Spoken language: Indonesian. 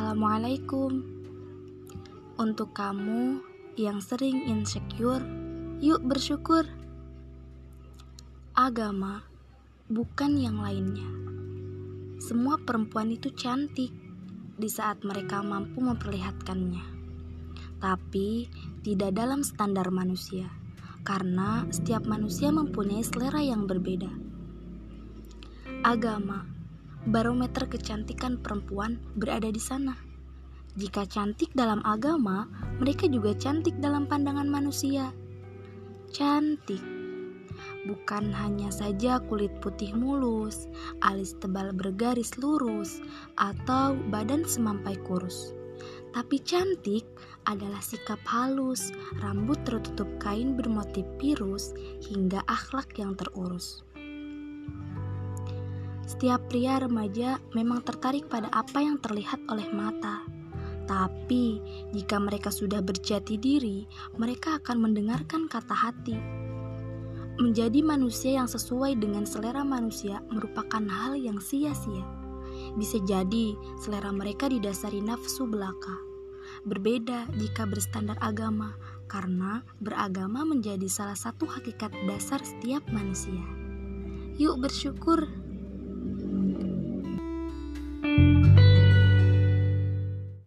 Assalamualaikum. Untuk kamu yang sering insecure, yuk bersyukur. Agama bukan yang lainnya. Semua perempuan itu cantik di saat mereka mampu memperlihatkannya. Tapi tidak dalam standar manusia, karena setiap manusia mempunyai selera yang berbeda. Agama, barometer kecantikan perempuan berada di sana. Jika cantik dalam agama, mereka juga cantik dalam pandangan manusia. Cantik bukan hanya saja kulit putih mulus, alis tebal bergaris lurus, atau badan semampai kurus. Tapi cantik adalah sikap halus, rambut tertutup kain bermotif virus, hingga akhlak yang terurus. Setiap pria remaja memang tertarik pada apa yang terlihat oleh mata. Tapi jika mereka sudah berjati diri, mereka akan mendengarkan kata hati. Menjadi manusia yang sesuai dengan selera manusia merupakan hal yang sia-sia. Bisa jadi selera mereka didasari nafsu belaka. Berbeda jika berstandar agama, karena beragama menjadi salah satu hakikat dasar setiap manusia. Yuk bersyukur.